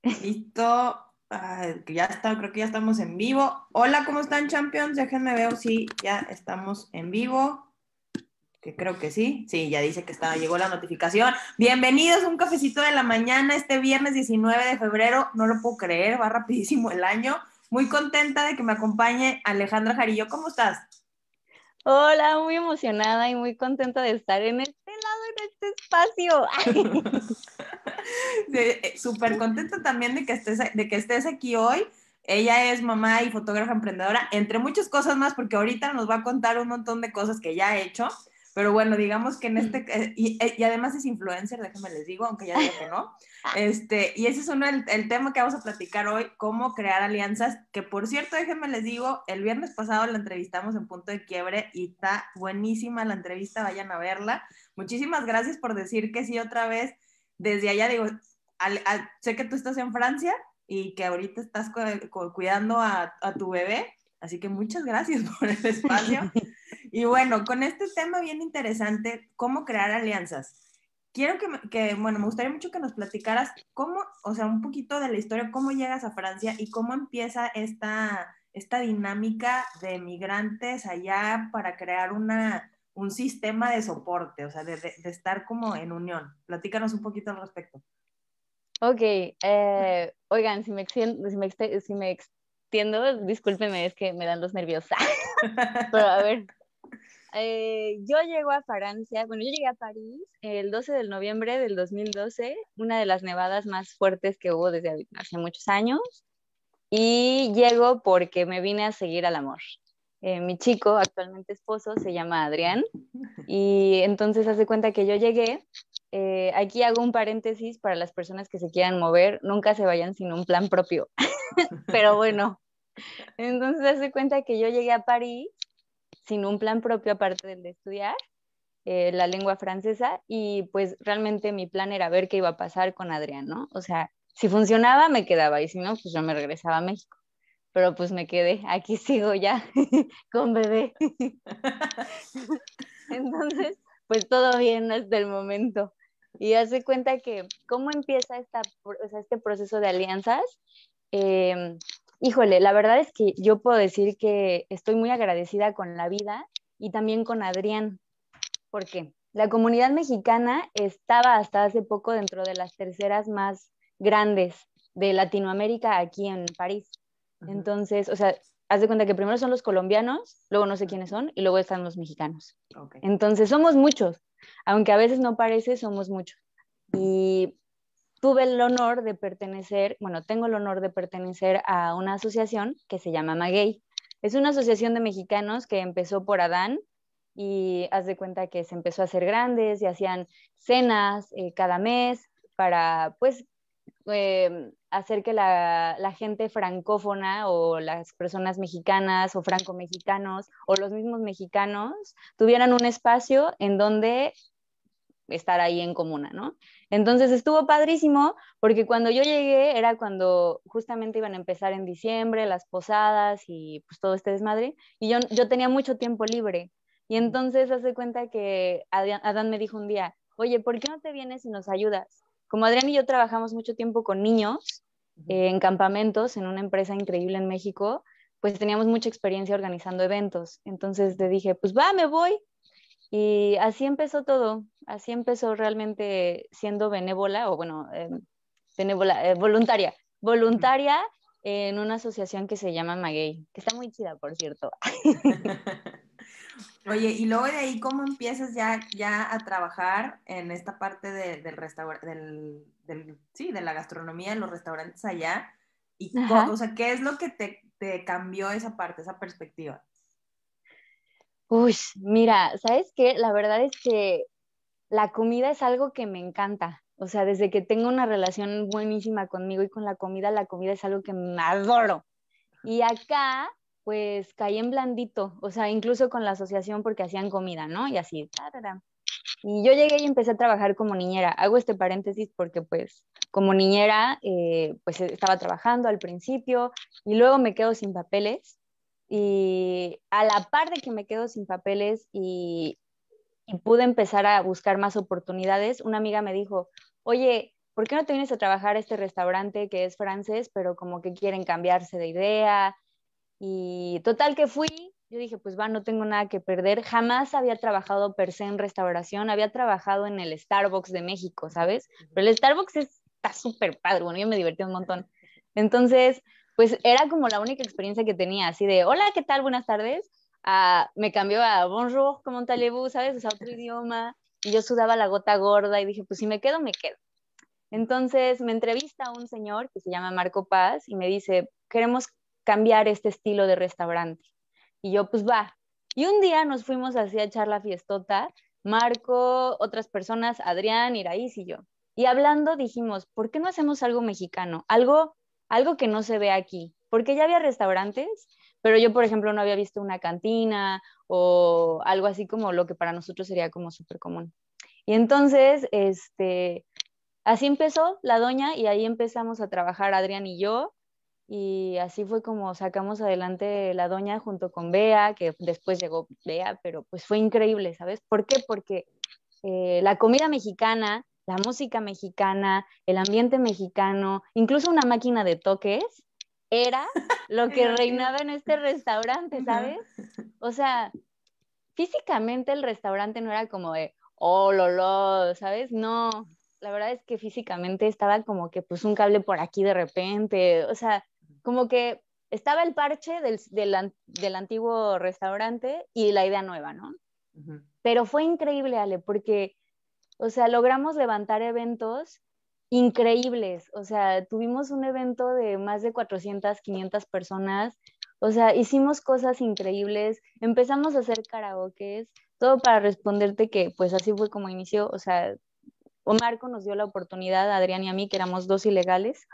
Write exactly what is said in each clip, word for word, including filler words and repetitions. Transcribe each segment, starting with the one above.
Listo. Ay, que ya está, creo que ya estamos en vivo. Hola, ¿cómo están, Champions? Déjenme ver si ya estamos en vivo. Que creo que sí. Sí, ya dice que está, llegó la notificación. Bienvenidos a un cafecito de la mañana este viernes diecinueve de febrero. No lo puedo creer, va rapidísimo el año. Muy contenta de que me acompañe Alejandra Jarillo. ¿Cómo estás? Hola, muy emocionada y muy contenta de estar en este lado, en este espacio. Súper contenta también de que, estés, de que estés aquí hoy. Ella es mamá y fotógrafa emprendedora, entre muchas cosas más, porque ahorita nos va a contar un montón de cosas que ya ha hecho. Pero bueno, digamos que en este, eh, y, y, además es influencer, déjenme les digo, aunque ya diga que no. Este, y ese es uno, el, el tema que vamos a platicar hoy, cómo crear alianzas, que por cierto, déjenme les digo, el viernes pasado la entrevistamos en Punto de Quiebre y está buenísima la entrevista, vayan a verla. Muchísimas gracias por decir que sí otra vez. Desde allá digo, al, al, sé que tú estás en Francia y que ahorita estás cu cu cuidando a, a tu bebé, así que muchas gracias por el espacio. Y bueno, con este tema bien interesante, cómo crear alianzas. Quiero que, que, bueno, me gustaría mucho que nos platicaras cómo, o sea, un poquito de la historia, cómo llegas a Francia y cómo empieza esta, esta dinámica de migrantes allá para crear una, un sistema de soporte, o sea, de, de, de estar como en unión. Platícanos un poquito al respecto. Ok, eh, oigan, si me, extiendo, si, me exte si me extiendo, discúlpenme, es que me dan los nervios. Pero a ver, eh, yo llego a Francia, bueno, yo llegué a París el doce de noviembre del dos mil doce, una de las nevadas más fuertes que hubo desde hace muchos años, y llego porque me vine a seguir al amor. Eh, mi chico, actualmente esposo, se llama Adrián, y entonces hace cuenta que yo llegué. Eh, aquí hago un paréntesis para las personas que se quieran mover, nunca se vayan sin un plan propio. Pero bueno, entonces hace cuenta que yo llegué a París sin un plan propio aparte del de estudiar eh, la lengua francesa, y pues realmente mi plan era ver qué iba a pasar con Adrián, ¿no? O sea, si funcionaba me quedaba y si no, pues yo me regresaba a México. Pero pues me quedé, aquí sigo ya con bebé. Entonces, pues todo bien hasta el momento. Y hace cuenta que, ¿cómo empieza esta, o sea, este proceso de alianzas? Eh, híjole, la verdad es que yo puedo decir que estoy muy agradecida con la vida y también con Adrián. ¿Por qué? La comunidad mexicana estaba hasta hace poco dentro de las terceras más grandes de Latinoamérica aquí en París. Entonces, o sea, haz de cuenta que primero son los colombianos, luego no sé quiénes son, y luego están los mexicanos. Okay. Entonces, somos muchos, aunque a veces no parece, somos muchos. Y tuve el honor de pertenecer, bueno, tengo el honor de pertenecer a una asociación que se llama Maguey. Es una asociación de mexicanos que empezó por Adán, y haz de cuenta que se empezó a hacer grandes y hacían cenas eh, cada mes para, pues, eh, hacer que la, la, gente francófona o las personas mexicanas o franco-mexicanos o los mismos mexicanos tuvieran un espacio en donde estar ahí en comuna, ¿no? Entonces estuvo padrísimo porque cuando yo llegué era cuando justamente iban a empezar en diciembre las posadas y pues todo este desmadre, y yo, yo tenía mucho tiempo libre. Y entonces hace cuenta que Adán, Adán me dijo un día, oye, ¿por qué no te vienes y nos ayudas? Como Adrián y yo trabajamos mucho tiempo con niños eh, en campamentos en una empresa increíble en México, pues teníamos mucha experiencia organizando eventos. Entonces te dije, pues va, me voy. Y así empezó todo, así empezó realmente siendo benévola, o bueno, eh, benévola, eh, voluntaria, voluntaria en una asociación que se llama Maguey, que está muy chida, por cierto. Oye, y luego de ahí, ¿cómo empiezas ya, ya a trabajar en esta parte de, del restaurante, del, del, sí, de la gastronomía, en los restaurantes allá? Y, o sea, ¿qué es lo que te, te cambió esa parte, esa perspectiva? Uy, mira, ¿sabes qué? La verdad es que la comida es algo que me encanta. O sea, desde que tengo una relación buenísima conmigo y con la comida, la comida es algo que me adoro. Y acá, pues caí en blandito, o sea, incluso con la asociación porque hacían comida, ¿no? Y así, tarara. Y yo llegué y empecé a trabajar como niñera. Hago este paréntesis porque, pues, como niñera, eh, pues estaba trabajando al principio y luego me quedo sin papeles. Y a la par de que me quedo sin papeles y, y pude empezar a buscar más oportunidades, una amiga me dijo, oye, ¿por qué no te vienes a trabajar a este restaurante que es francés, pero como que quieren cambiarse de idea? Y total que fui, yo dije, pues va, no tengo nada que perder. Jamás había trabajado per se en restauración, había trabajado en el Starbucks de México, ¿sabes? Pero el Starbucks es, está súper padre, bueno, yo me divertí un montón. Entonces, pues era como la única experiencia que tenía, así de, hola, ¿qué tal? Buenas tardes. Uh, me cambió a bonjour, comment allez-vous, ¿sabes? O sea, otro idioma. Y yo sudaba la gota gorda y dije, pues si me quedo, me quedo. Entonces me entrevista un señor que se llama Marco Paz y me dice, queremos cambiar este estilo de restaurante. Y yo, pues va. Y un día nos fuimos así a echar la fiestota, Marco, otras personas, Adrián, Iraíz y yo. Y hablando dijimos, ¿por qué no hacemos algo mexicano? Algo, algo que no se ve aquí. Porque ya había restaurantes, pero yo, por ejemplo, no había visto una cantina o algo así como lo que para nosotros sería como súper común. Y entonces, este, así empezó la doña y ahí empezamos a trabajar Adrián y yo. Y así fue como sacamos adelante la doña junto con Bea, que después llegó Bea, pero pues fue increíble, ¿sabes? ¿Por qué? Porque eh, la comida mexicana, la música mexicana, el ambiente mexicano, incluso una máquina de toques, era lo que reinaba en este restaurante, ¿sabes? O sea, físicamente el restaurante no era como de, oh, lo, lo, ¿sabes? No, la verdad es que físicamente estaba como que pues un cable por aquí de repente, o sea, como que estaba el parche del, del, del antiguo restaurante y la idea nueva, ¿no? Uh-huh. Pero fue increíble, Ale, porque, o sea, logramos levantar eventos increíbles, o sea, tuvimos un evento de más de cuatrocientas, quinientas personas, o sea, hicimos cosas increíbles, empezamos a hacer karaokes, todo para responderte que pues así fue como inició, o sea, Marco nos dio la oportunidad, a Adrián y a mí, que éramos dos ilegales,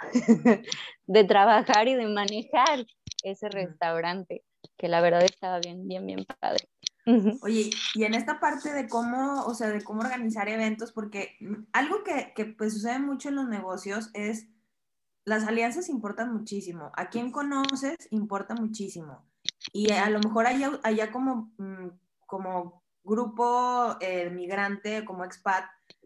de trabajar y de manejar ese restaurante, que la verdad estaba bien, bien, bien padre. Oye, y en esta parte de cómo, o sea, de cómo organizar eventos, porque algo que, que pues sucede mucho en los negocios es las alianzas importan muchísimo. A quién conoces importa muchísimo. Y a lo mejor allá, allá como, como grupo eh, migrante, como expat,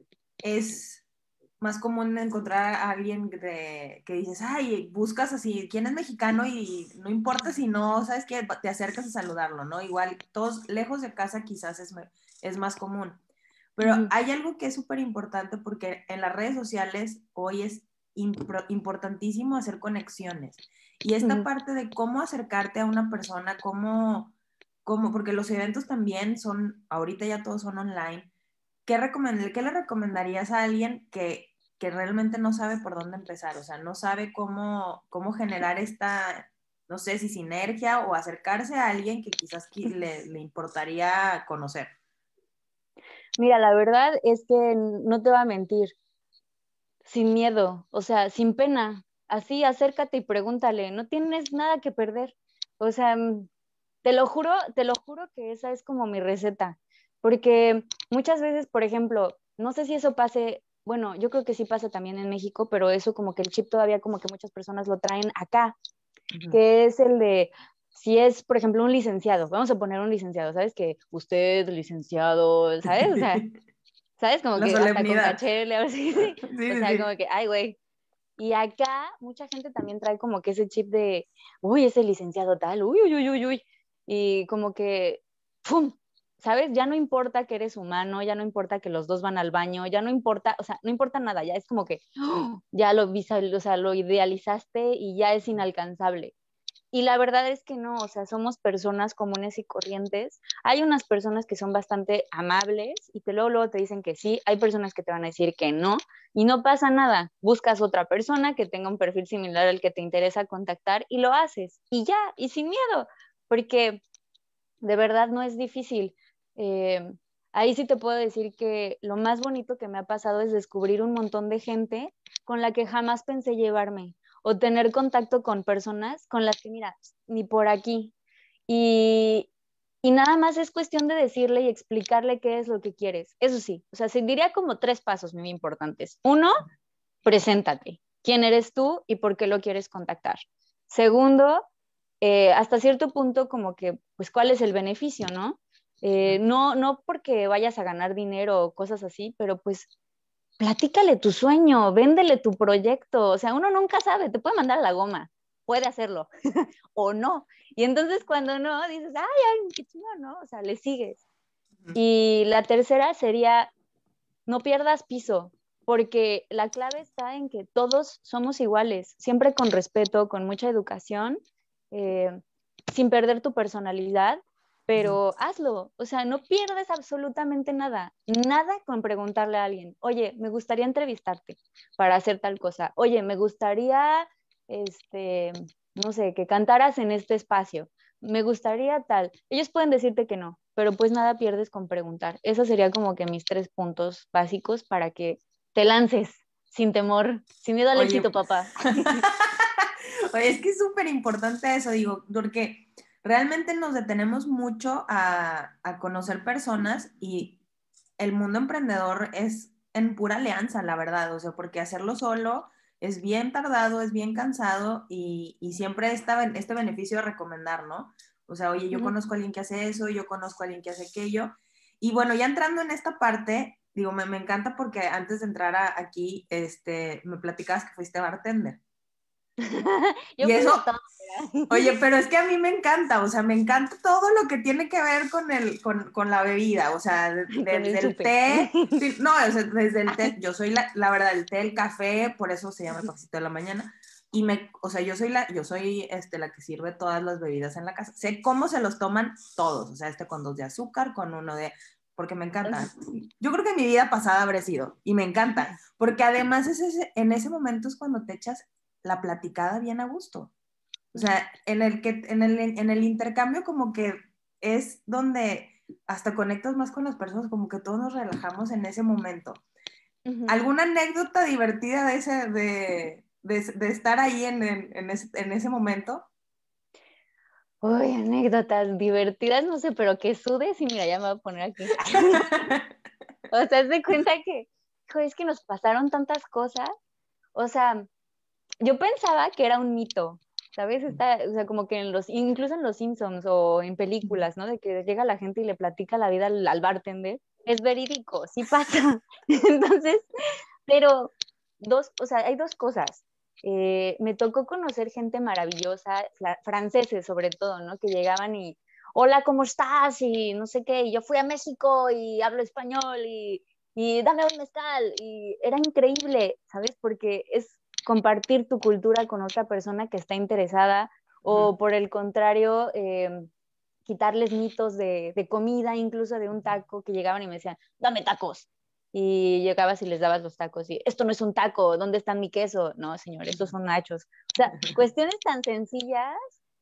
es más común encontrar a alguien de, que dices, ay, buscas así, ¿quién es mexicano? Y no importa si no, ¿sabes qué? Te acercas a saludarlo, ¿no? Igual, todos lejos de casa quizás es, es más común. Pero uh-huh. Hay algo que es súper importante porque en las redes sociales hoy es impro, importantísimo hacer conexiones. Y esta uh-huh. parte de cómo acercarte a una persona, cómo, cómo, porque los eventos también son, ahorita ya todos son online. ¿Qué, recomend, ¿Qué le recomendarías a alguien que, que realmente no sabe por dónde empezar? O sea, no sabe cómo, cómo generar esta, no sé si sinergia o acercarse a alguien que quizás le, le importaría conocer. Mira, la verdad es que no te voy a mentir, sin miedo, o sea, sin pena, así acércate y pregúntale, no tienes nada que perder. O sea, te lo juro, te lo juro que esa es como mi receta. Porque muchas veces, por ejemplo, no sé si eso pase, bueno, yo creo que sí pasa también en México, pero eso como que el chip todavía como que muchas personas lo traen acá, uh-huh. que es el de, si es, por ejemplo, un licenciado, vamos a poner un licenciado, ¿sabes? Que usted, licenciado, ¿sabes? O sea, ¿sabes? Como La que solemnidad. Hasta con caché, así, sí, sí, o sea, sí. como que, ay, güey. Y acá mucha gente también trae como que ese chip de, uy, ese licenciado tal, uy, uy, uy, uy, uy. Y como que, ¡pum! ¿Sabes? Ya no importa que eres humano, ya no importa que los dos van al baño, ya no importa, o sea, no importa nada, ya es como que ¡oh! Ya lo visual, o sea, lo idealizaste y ya es inalcanzable. Y la verdad es que no, o sea, somos personas comunes y corrientes. Hay unas personas que son bastante amables y que luego, luego te dicen que sí, hay personas que te van a decir que no y no pasa nada. Buscas otra persona que tenga un perfil similar al que te interesa contactar y lo haces y ya, y sin miedo, porque de verdad no es difícil. Eh, ahí sí te puedo decir que lo más bonito que me ha pasado es descubrir un montón de gente con la que jamás pensé llevarme o tener contacto con personas con las que, mira, ni por aquí. Y, y nada más es cuestión de decirle y explicarle qué es lo que quieres. Eso sí, o sea, se diría como tres pasos muy importantes. Uno, preséntate. ¿Quién eres tú y por qué lo quieres contactar? Segundo, eh, hasta cierto punto como que, pues, ¿cuál es el beneficio, no? Eh, no, no porque vayas a ganar dinero o cosas así, pero pues platícale tu sueño, véndele tu proyecto, o sea, uno nunca sabe, te puede mandar a la goma, puede hacerlo, o no. Y entonces cuando no, dices, ay, ay, qué chingón, ¿no? O sea, le sigues. Ujú. Y la tercera sería, no pierdas piso, porque la clave está en que todos somos iguales, siempre con respeto, con mucha educación, eh, sin perder tu personalidad, Ujú. pero hazlo, o sea, no pierdes absolutamente nada, nada con preguntarle a alguien, oye, me gustaría entrevistarte para hacer tal cosa, oye, me gustaría, este, no sé, que cantaras en este espacio, me gustaría tal. Ellos pueden decirte que no, pero pues nada pierdes con preguntar. Esos serían como que mis tres puntos básicos para que te lances sin temor, sin miedo al Oye, éxito, papá. oye, es que es súper importante eso, digo, porque realmente nos detenemos mucho a, a conocer personas y el mundo emprendedor es en pura alianza, la verdad, o sea, porque hacerlo solo es bien tardado, es bien cansado y, y siempre está este beneficio de recomendar, ¿no? O sea, oye, yo Ujú. conozco a alguien que hace eso, yo conozco a alguien que hace aquello. Y bueno, ya entrando en esta parte, digo, me, me encanta porque antes de entrar a, aquí, este, me platicabas que fuiste bartender. Yo Y fui eso, de todo. oye, pero es que a mí me encanta, o sea, me encanta todo lo que tiene que ver con, el, con, con la bebida, o sea, de- Con desde el el súper. té, sí, no, o sea, desde el té, yo soy la, la verdad, el té, el café, por eso se llama el cafecito de la mañana, y me, o sea, yo soy la, yo soy este, la que sirve todas las bebidas en la casa, sé cómo se los toman todos, o sea, este con dos de azúcar, con uno de, porque me encanta. Yo creo que mi vida pasada habré sido, y me encanta, porque además es ese, en ese momento es cuando te echas la platicada bien a gusto. O sea, en el, que, en el, en el intercambio como que es donde hasta conectas más con las personas, como que todos nos relajamos en ese momento. Ujú. ¿Alguna anécdota divertida de, ese, de, de, de estar ahí en, en, en, ese, en ese momento? Uy, anécdotas divertidas, no sé, pero que sudes y mira, ya me voy a poner aquí. O sea, haz de cuenta que, hijo, es que nos pasaron tantas cosas. O sea, yo pensaba que era un mito, ¿sabes? Está, o sea, como que en los, incluso en los Simpsons o en películas, ¿no? De que llega la gente y le platica la vida al, al bartender. Es verídico, sí pasa. Entonces, pero dos, o sea, hay dos cosas. Eh, me tocó conocer gente maravillosa, fra- franceses sobre todo, ¿no? Que llegaban y, hola, ¿cómo estás? Y no sé qué, y yo fui a México y hablo español y, y dame un mezcal. Y era increíble, ¿sabes? Porque es compartir tu cultura con otra persona que está interesada o por el contrario, eh, quitarles mitos de, de comida, incluso de un taco que llegaban y me decían, dame tacos. Y llegabas y les dabas los tacos y esto no es un taco, ¿dónde está mi queso? No, señor, estos son nachos. O sea, cuestiones tan sencillas,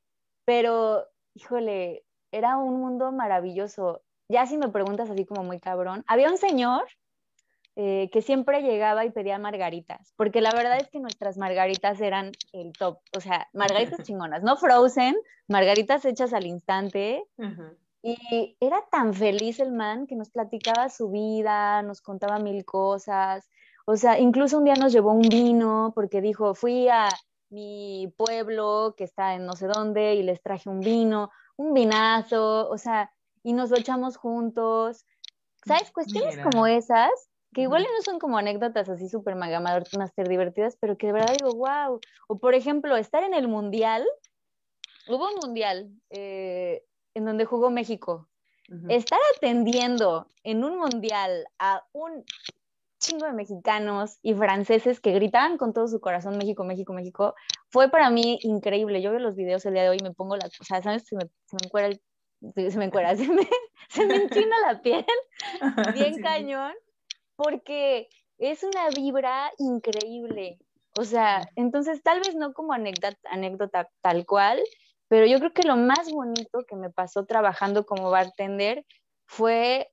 pero híjole, era un mundo maravilloso. Ya si me preguntas así como muy cabrón, había un señor eh, que siempre llegaba y pedía margaritas, porque la verdad es que nuestras margaritas eran el top, o sea, margaritas chingonas, no frozen, margaritas hechas al instante, Ujú. y era tan feliz el man que nos platicaba su vida, nos contaba mil cosas. O sea, incluso un día nos llevó un vino porque dijo, fui a mi pueblo que está en no sé dónde y les traje un vino, un vinazo, o sea, y nos lo echamos juntos. ¿Sabes? Cuestiones como Mira. esas, que igual Ujú. no son como anécdotas así súper mega master divertidas, pero que de verdad digo, wow. O por ejemplo, estar en el mundial, hubo un mundial eh, en donde jugó México, Ujú. estar atendiendo en un mundial a un chingo de mexicanos y franceses que gritaban con todo su corazón México, México, México, fue para mí increíble. Yo veo los videos el día de hoy y me pongo la, o sea, ¿sabes? Se me, se me encuera, el, se me encuera, se me, se me enchina la piel bien Sí, sí. cañón, porque es una vibra increíble. O sea, entonces tal vez no como anécdota, anécdota tal cual, pero yo creo que lo más bonito que me pasó trabajando como bartender fue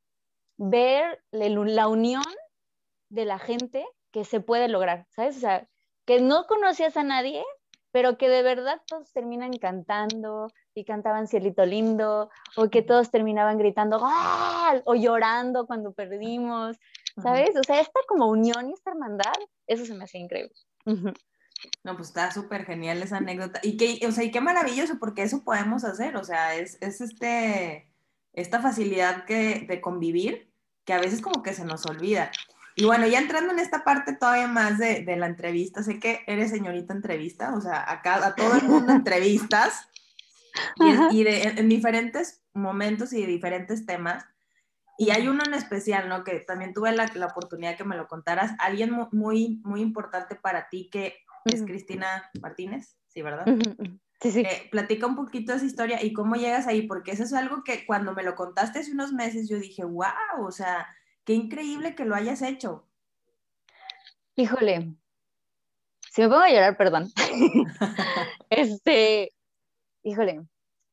ver la unión de la gente que se puede lograr, ¿sabes? O sea, que no conocías a nadie, pero que de verdad todos terminan cantando y cantaban Cielito Lindo, o que todos terminaban gritando ¡gol! O llorando cuando perdimos, Ujú. ¿sabes? O sea, esta como unión y esta hermandad, eso se me hace increíble. Uh-huh. No, pues está súper genial esa anécdota. Y qué, o sea, y qué maravilloso, porque eso podemos hacer. O sea, es, es este, esta facilidad que, de convivir que a veces como que se nos olvida. Y bueno, ya entrando en esta parte todavía más de, de la entrevista, sé que eres señorita entrevista, o sea, acá a todo el mundo entrevistas y, es, y de, en diferentes momentos y de diferentes temas. Y hay uno en especial, ¿no? Que también tuve la, la oportunidad que me lo contaras. Alguien muy, muy importante para ti que es Cristina Martínez, ¿sí, verdad? Sí, sí. Eh, platica un poquito de esa historia y cómo llegas ahí, porque eso es algo que cuando me lo contaste hace unos meses yo dije, wow, o sea, qué increíble que lo hayas hecho. Híjole, si me pongo a llorar, perdón. este, híjole,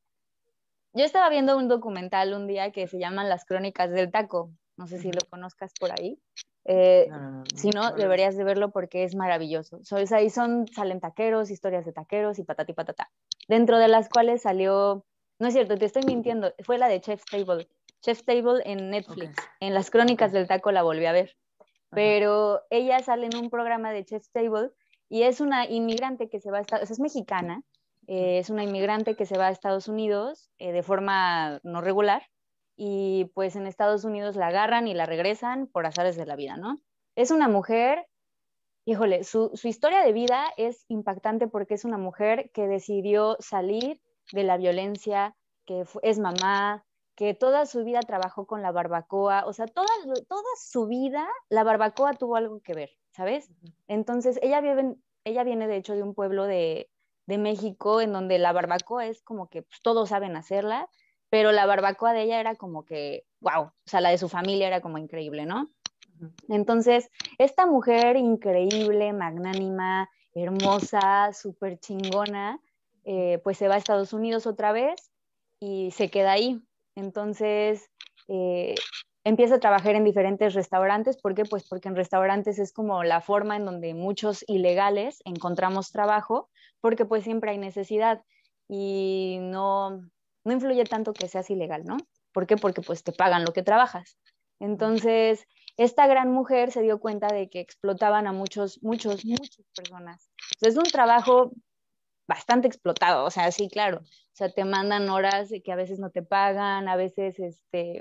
yo estaba viendo un documental un día que se llaman Las Crónicas del Taco. No sé si lo conozcas por ahí. Eh, no, no, no, si no, no deberías de verlo porque es maravilloso. So, es ahí son, salen taqueros, historias de taqueros y patati patata. Dentro de las cuales salió, no es cierto, te estoy mintiendo, fue la de Chef's Table. Chef's Table en Netflix. Okay. En Las Crónicas okay. del Taco la volví a ver. Pero ella sale en un programa de Chef's Table y es una inmigrante que se va a Estados Unidos, es mexicana, eh, es una inmigrante que se va a Estados Unidos eh, de forma no regular y pues en Estados Unidos la agarran y la regresan por azares de la vida, ¿no? Es una mujer, híjole, su, su historia de vida es impactante porque es una mujer que decidió salir de la violencia, que es mamá, que toda su vida trabajó con la barbacoa, o sea, toda, toda su vida la barbacoa tuvo algo que ver, ¿sabes? Entonces, ella vive, ella viene de hecho de un pueblo de, de México en donde la barbacoa es como que pues, todos saben hacerla, pero la barbacoa de ella era como que, wow, o sea, la de su familia era como increíble, ¿no? Entonces, esta mujer increíble, magnánima, hermosa, súper chingona, eh, pues se va a Estados Unidos otra vez y se queda ahí. Entonces, eh, empieza a trabajar en diferentes restaurantes. ¿Por qué? Pues porque en restaurantes es como la forma en donde muchos ilegales encontramos trabajo, porque pues siempre hay necesidad y no, no influye tanto que seas ilegal, ¿no? ¿Por qué? Porque pues te pagan lo que trabajas. Entonces, esta gran mujer se dio cuenta de que explotaban a muchos, muchos, muchas personas. O sea, es un trabajo bastante explotado, o sea, sí, claro. O sea, te mandan horas que a veces no te pagan, a veces, este,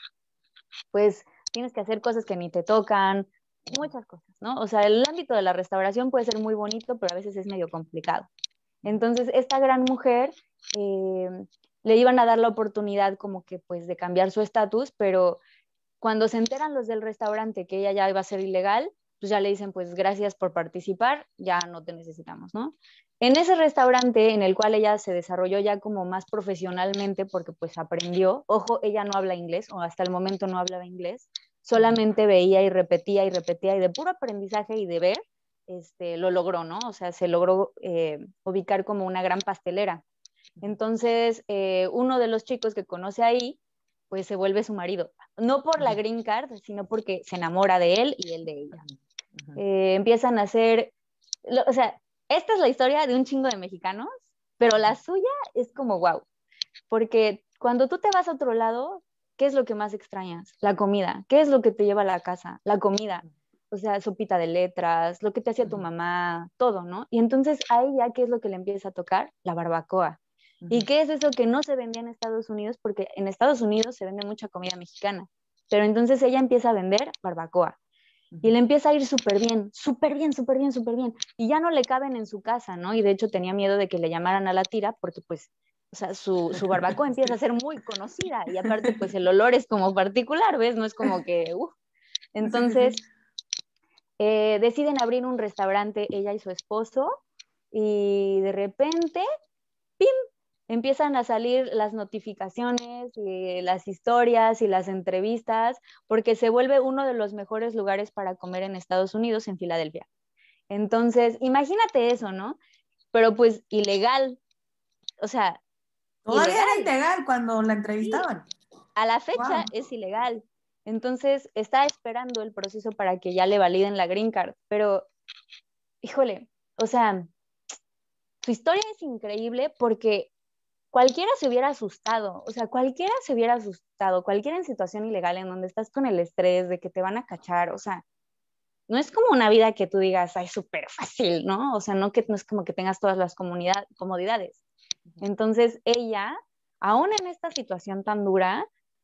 pues, tienes que hacer cosas que ni te tocan, muchas cosas, ¿no? O sea, el ámbito de la restauración puede ser muy bonito, pero a veces es medio complicado. Entonces, esta gran mujer eh, le iban a dar la oportunidad como que, pues, de cambiar su estatus, pero cuando se enteran los del restaurante que ella ya iba a ser ilegal, pues ya le dicen, pues gracias por participar, ya no te necesitamos, ¿no? En ese restaurante en el cual ella se desarrolló ya como más profesionalmente porque pues aprendió, ojo, ella no habla inglés o hasta el momento no hablaba inglés, solamente veía y repetía y repetía y de puro aprendizaje y de ver, este, lo logró, ¿no? O sea, se logró eh, ubicar como una gran pastelera. Entonces, eh, uno de los chicos que conoce ahí, pues se vuelve su marido. No por la green card, sino porque se enamora de él y él de ella. Uh-huh. Eh, empiezan a hacer, lo, o sea, esta es la historia de un chingo de mexicanos, pero la suya es como wow, porque cuando tú te vas a otro lado, ¿qué es lo que más extrañas? La comida. ¿Qué es lo que te lleva a la casa? La comida. O sea, sopita de letras, lo que te hacía tu mamá, todo, ¿no? Y entonces a ella, ¿qué es lo que le empieza a tocar? La barbacoa. ¿Y qué es eso que no se vendía en Estados Unidos? Porque en Estados Unidos se vende mucha comida mexicana, pero entonces ella empieza a vender barbacoa y le empieza a ir súper bien, súper bien, súper bien, súper bien. Y ya no le caben en su casa, ¿no? Y de hecho tenía miedo de que le llamaran a la tira porque pues, o sea, su, su barbacoa empieza a ser muy conocida y aparte pues el olor es como particular, ¿ves? No es como que, uff. Entonces eh, deciden abrir un restaurante ella y su esposo y de repente, ¡pim!, empiezan a salir las notificaciones y las historias y las entrevistas porque se vuelve uno de los mejores lugares para comer en Estados Unidos, en Filadelfia. Entonces, imagínate eso, ¿no? Pero pues ilegal, o sea, todavía ilegal. Era ilegal cuando la entrevistaban. Sí, a la fecha wow. Es ilegal. Entonces, está esperando el proceso para que ya le validen la green card, pero, híjole, o sea, su historia es increíble porque cualquiera se hubiera asustado, o sea, cualquiera se hubiera asustado, cualquiera en situación ilegal en donde estás con el estrés de que te van a cachar, o sea, no es como una vida que tú digas, ay, súper fácil, ¿no? O sea, no, que, no es como que tengas todas las comodidades. Entonces, ella, aún en esta situación tan dura,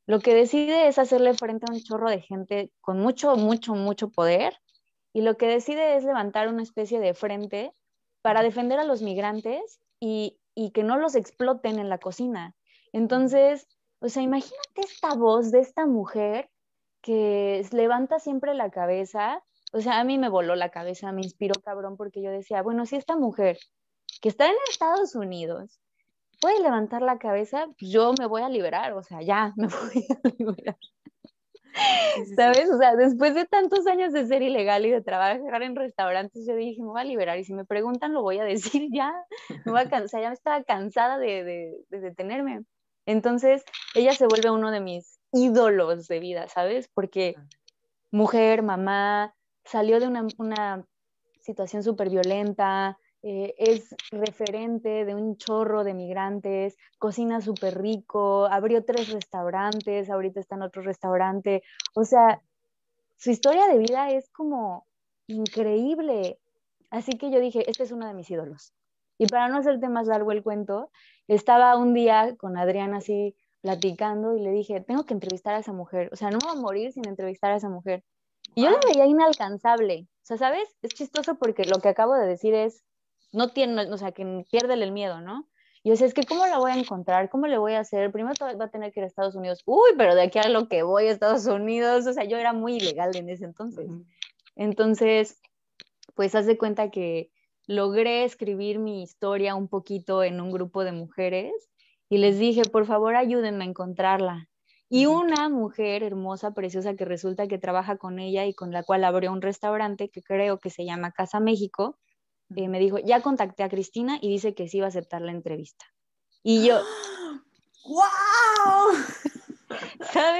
lo que decide es hacerle frente a un chorro de gente con mucho, mucho, mucho poder, y lo que decide es levantar una especie de frente para defender a los migrantes y, y que no los exploten en la cocina. Entonces, o sea, imagínate esta voz de esta mujer que levanta siempre la cabeza. O sea, a mí me voló la cabeza, me inspiró cabrón, porque yo decía, bueno, si esta mujer que está en Estados Unidos puede levantar la cabeza, pues yo me voy a liberar, o sea, ya me voy a liberar. Sí, sí, sí. ¿Sabes? O sea, después de tantos años de ser ilegal y de trabajar en restaurantes, yo dije, me voy a liberar, y si me preguntan, lo voy a decir ya. Me voy a cansar, ya me estaba cansada de, de, de detenerme. Entonces, ella se vuelve uno de mis ídolos de vida, ¿sabes? Porque mujer, mamá, salió de una, una situación súper violenta, eh, es referente de un chorro de migrantes, cocina súper rico, abrió tres restaurantes, ahorita está en otro restaurante. O sea, su historia de vida es como increíble. Así que yo dije, este es uno de mis ídolos. Y para no hacerte más largo el cuento, estaba un día con Adrián así platicando y le dije, tengo que entrevistar a esa mujer. O sea, no me voy a morir sin entrevistar a esa mujer. Y yo la Wow. veía inalcanzable. O sea, ¿sabes? Es chistoso porque lo que acabo de decir es, no tiene, o sea, que piérdele el miedo, ¿no? Y yo decía, es que ¿cómo la voy a encontrar? ¿Cómo le voy a hacer? Primero va a tener que ir a Estados Unidos. Uy, pero de aquí a lo que voy a Estados Unidos, o sea, yo era muy ilegal en ese entonces. Ujú. Entonces, pues haz de cuenta que logré escribir mi historia un poquito en un grupo de mujeres y les dije, por favor, ayúdenme a encontrarla. Y Ujú. una mujer hermosa, preciosa, que resulta que trabaja con ella y con la cual abrió un restaurante que creo que se llama Casa México, eh, me dijo, ya contacté a Cristina y dice que sí va a aceptar la entrevista. Y yo, ¡Wow! ¿sabes?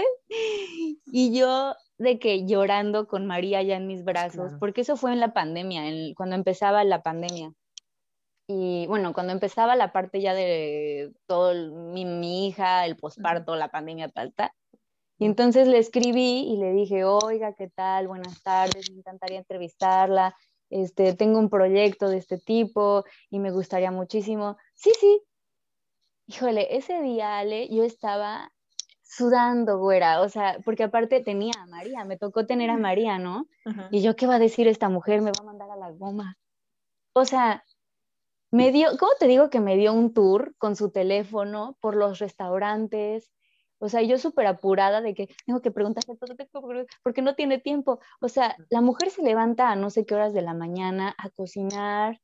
Y yo de que llorando con María ya en mis Pues brazos, claro. porque eso fue en la pandemia, en, cuando empezaba la pandemia. Y bueno, cuando empezaba la parte ya de todo, el- mi, mi hija, el Ujú. posparto, la pandemia, tal, tal. Y entonces le escribí y le dije, oiga, ¿qué tal? Buenas tardes, me encantaría entrevistarla. Este, tengo un proyecto de este tipo y me gustaría muchísimo. Sí, sí. Híjole, ese día, Ale, yo estaba sudando, güera, o sea, porque aparte tenía a María, me tocó tener a María, ¿no? Ujú. Y yo, ¿qué va a decir esta mujer? Me va a mandar a la goma. O sea, me dio, ¿cómo te digo que me dio un tour con su teléfono por los restaurantes? O sea, yo súper apurada de que tengo que preguntarle todo, porque no tiene tiempo. O sea, la mujer se levanta a no sé qué horas de la mañana a cocinar,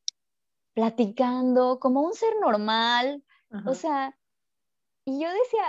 platicando, como un ser normal. O Ujú. sea, y yo decía,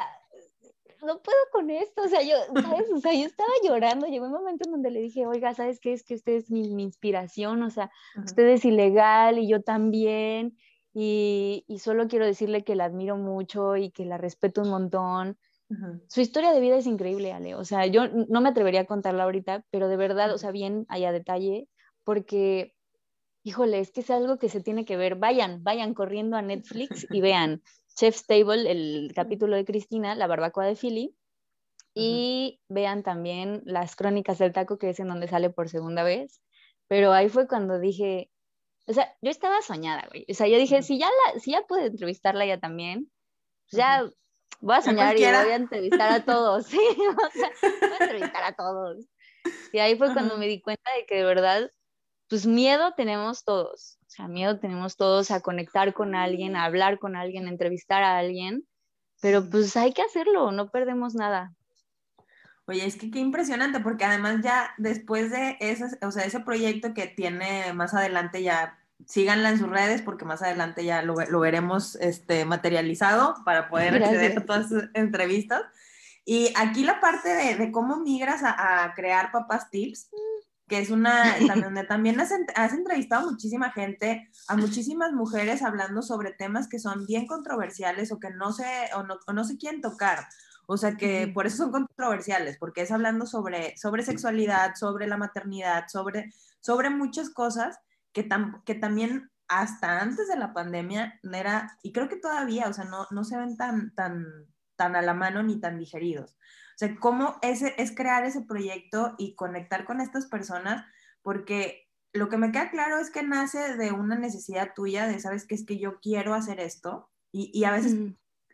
no puedo con esto, o sea, yo, ¿sabes? O sea, yo estaba llorando, llegó un momento en donde le dije, oiga, ¿sabes qué? Es que usted es mi, mi inspiración, o sea, Ujú. usted es ilegal y yo también, y, y solo quiero decirle que la admiro mucho y que la respeto un montón. Ujú. Su historia de vida es increíble, Ale, o sea, yo no me atrevería a contarla ahorita, pero de verdad, o Ujú. sea, bien allá detalle, porque híjole, es que es algo que se tiene que ver. Vayan, vayan corriendo a Netflix y vean Chef's Table, el capítulo de Cristina, la barbacoa de Philly, Ujú. y vean también Las Crónicas del Taco, que es en donde sale por segunda vez. Pero ahí fue cuando dije, o sea, yo estaba soñada, güey. O sea, yo dije, Ujú. si ya la, si ya pude entrevistarla ya también, pues Ujú. ya voy a Ya soñar y voy a cualquiera. entrevistar a todos, sí, o sea, voy a entrevistar a todos. Y ahí fue cuando Ujú. me di cuenta de que de verdad pues miedo tenemos todos, o sea, miedo tenemos todos a conectar con alguien, a hablar con alguien, a entrevistar a alguien, pero Ujú. pues hay que hacerlo, no perdemos nada. Oye, es que qué impresionante, porque además ya después de ese, o sea, ese proyecto que tiene más adelante ya, síganla en sus redes porque más adelante ya lo, lo veremos este, materializado para poder acceder a Gracias. todas sus entrevistas. Y aquí la parte de, de cómo migras a, a crear Papás Tips, que es una, también, donde también has, has entrevistado a muchísima gente, a muchísimas mujeres hablando sobre temas que son bien controversiales o que no se, o no, o no se quieren tocar. O sea que Ujú. por eso son controversiales, porque es hablando sobre, sobre sexualidad, sobre la maternidad, sobre, sobre muchas cosas que, tam, que también hasta antes de la pandemia era, y creo que todavía, o sea, no, no se ven tan, tan, tan a la mano ni tan digeridos. O sea, cómo ese, es crear ese proyecto y conectar con estas personas, porque lo que me queda claro es que nace de una necesidad tuya de, ¿sabes qué? Es que yo quiero hacer esto, y, y a veces Ujú.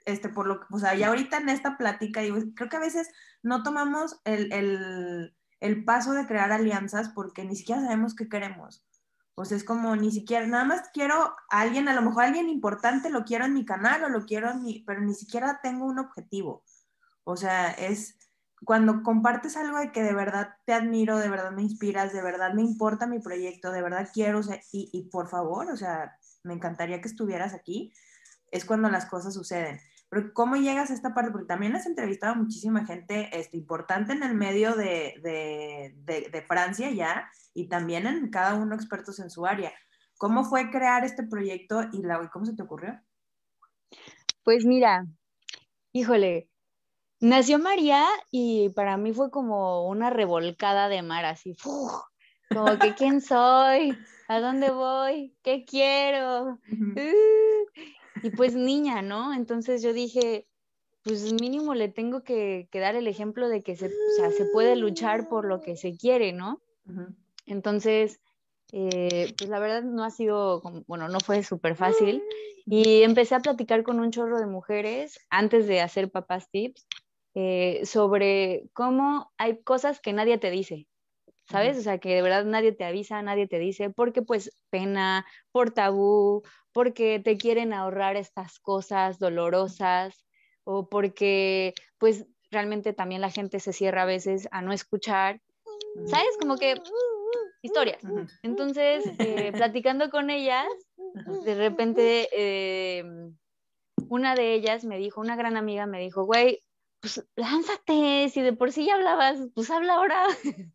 este, por lo que, o sea, ya ahorita en esta plática, digo, creo que a veces no tomamos el, el, el paso de crear alianzas porque ni siquiera sabemos qué queremos. O sea, es como ni siquiera, nada más quiero a alguien, a lo mejor alguien importante lo quiero en mi canal o lo quiero en mi, pero ni siquiera tengo un objetivo. O sea, es cuando compartes algo de que de verdad te admiro, de verdad me inspiras, de verdad me importa mi proyecto, de verdad quiero, o sea, y, y por favor, o sea, me encantaría que estuvieras aquí, es cuando las cosas suceden. Pero ¿cómo llegas a esta parte? Porque también has entrevistado a muchísima gente este, importante en el medio de, de, de, de Francia ya, y también en cada uno expertos en su área. ¿Cómo fue crear este proyecto y la, cómo se te ocurrió? Pues mira, híjole, nació María y para mí fue como una revolcada de mar, así, ¡fuf! Como que quién soy, a dónde voy, qué quiero. Uh-huh. Uh, y pues niña, ¿no? Entonces yo dije, pues mínimo le tengo que, que dar el ejemplo de que se, o sea, se puede luchar por lo que se quiere, ¿no? Uh-huh. Entonces, eh, pues la verdad no ha sido, como, bueno, no fue súper fácil. Y empecé a platicar con un chorro de mujeres antes de hacer Papás Tips eh, sobre cómo hay cosas que nadie te dice, ¿sabes? O sea, que de verdad nadie te avisa, nadie te dice, porque pues pena, por tabú, porque te quieren ahorrar estas cosas dolorosas o porque pues realmente también la gente se cierra a veces a no escuchar, ¿sabes? Como que historias. Entonces, eh, platicando con ellas, de repente eh, una de ellas me dijo, una gran amiga me dijo, güey, pues lánzate, si de por sí ya hablabas, pues habla ahora.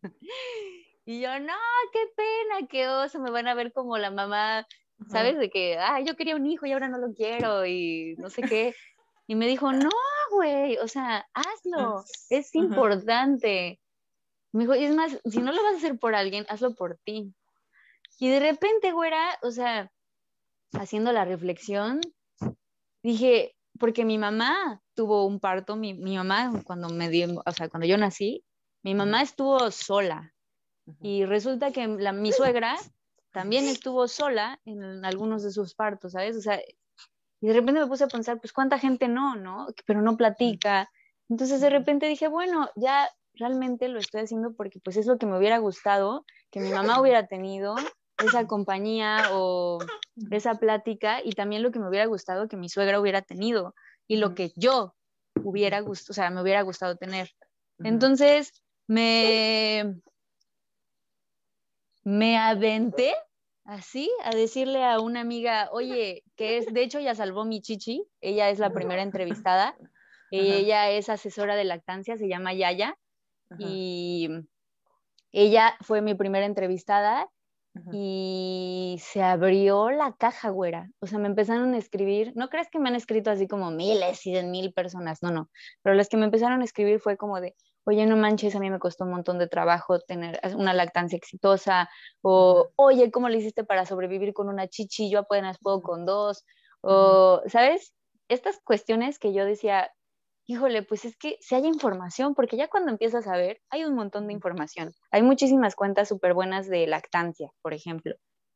Y yo, no, qué pena, qué oso, me van a ver como la mamá, ¿sabes? De que, ah, yo quería un hijo y ahora no lo quiero y no sé qué. Y me dijo, no, güey, o sea, hazlo, es importante. Me dijo, y es más, si no lo vas a hacer por alguien, hazlo por ti. Y de repente, güera, o sea, haciendo la reflexión, dije, porque mi mamá tuvo un parto, mi, mi mamá cuando me dio, o sea, cuando yo nací, mi mamá estuvo sola. Y resulta que la, mi suegra también estuvo sola en algunos de sus partos, ¿sabes? O sea, y de repente me puse a pensar, pues cuánta gente no, ¿no? Pero no platica. Entonces de repente dije, bueno, ya realmente lo estoy haciendo porque pues es lo que me hubiera gustado, que mi mamá hubiera tenido esa compañía o esa plática y también lo que me hubiera gustado que mi suegra hubiera tenido y lo que yo hubiera gustado, o sea, me hubiera gustado tener. Entonces me, me aventé así a decirle a una amiga, oye, que es, de hecho ya salvó mi chichi, ella es la primera entrevistada, ella es asesora de lactancia, se llama Yaya, y ella fue mi primera entrevistada y se abrió la caja, güera. O sea, me empezaron a escribir, no crees que me han escrito así como miles y de mil personas, no, no, pero las que me empezaron a escribir fue como de, oye, no manches, a mí me costó un montón de trabajo tener una lactancia exitosa, o oye, ¿cómo le hiciste para sobrevivir con una chichi? Yo apenas puedo con dos, o, ¿sabes? Estas cuestiones que yo decía, híjole, pues es que si hay información, porque ya cuando empiezas a ver, hay un montón de información. Hay muchísimas cuentas súper buenas de lactancia, por ejemplo.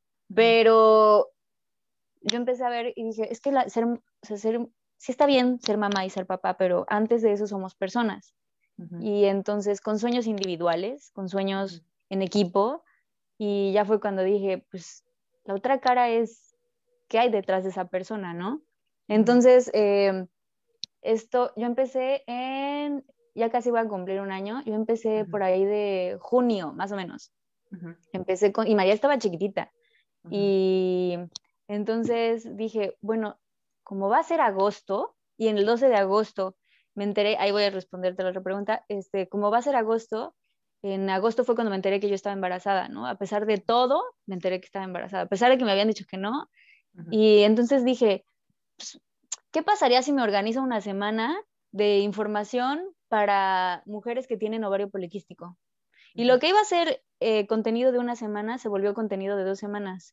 Pero yo empecé a ver y dije, es que la, ser, o sea, ser, sí está bien ser mamá y ser papá, pero antes de eso somos personas. Uh-huh. Y entonces con sueños individuales, con sueños uh-huh. en equipo, y ya fue cuando dije, pues la otra cara es qué hay detrás de esa persona, ¿no? Entonces, eh, esto, yo empecé en, ya casi voy a cumplir un año, yo empecé uh-huh. por ahí de junio, más o menos. Uh-huh. Empecé con, y María estaba chiquitita. Uh-huh. Y entonces dije, bueno, como va a ser agosto, y en el doce de agosto me enteré, ahí voy a responderte la otra pregunta, este, como va a ser agosto, en agosto fue cuando me enteré que yo estaba embarazada, ¿no? A pesar de todo, me enteré que estaba embarazada, a pesar de que me habían dicho que no. Uh-huh. Y entonces dije, pues, ¿qué pasaría si me organizo una semana de información para mujeres que tienen ovario poliquístico? Y lo que iba a ser eh, contenido de una semana se volvió contenido de dos semanas.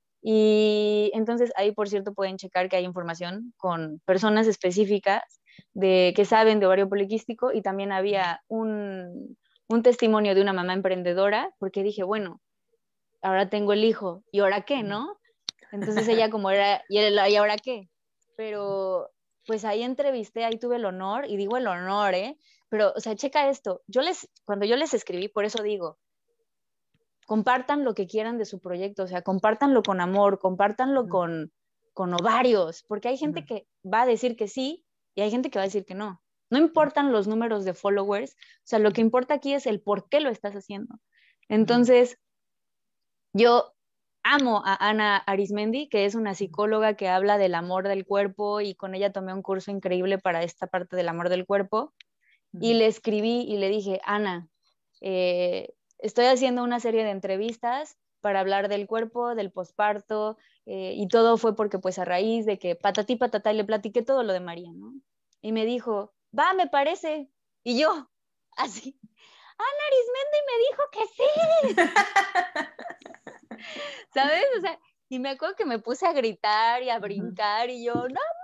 Y entonces ahí, por cierto, pueden checar que hay información con personas específicas de, que saben de ovario poliquístico, y también había un, un testimonio de una mamá emprendedora, porque dije, bueno, ahora tengo el hijo, ¿y ahora qué, no? Entonces ella como era, ¿y, el, ¿y ahora qué? Pero pues ahí entrevisté, ahí tuve el honor, y digo el honor, ¿eh? Pero, o sea, checa esto, yo les, cuando yo les escribí, por eso digo, compartan lo que quieran de su proyecto, o sea, compártanlo con amor, compártanlo uh-huh. con, con ovarios, porque hay gente uh-huh. que va a decir que sí y hay gente que va a decir que no. No importan los números de followers, o sea, lo que importa aquí es el por qué lo estás haciendo. Entonces, uh-huh. yo amo a Ana Arismendi, que es una psicóloga que habla del amor del cuerpo, y con ella tomé un curso increíble para esta parte del amor del cuerpo, uh-huh. y le escribí y le dije, Ana, eh, estoy haciendo una serie de entrevistas para hablar del cuerpo, del posparto, eh, y todo fue porque pues a raíz de que patatí patatá, y le platiqué todo lo de María, ¿no? Y me dijo, va, me parece. Y yo, así, Ana Arismendi me dijo que sí. ¿Sabes? O sea, y me acuerdo que me puse a gritar y a brincar, uh-huh. y yo, no,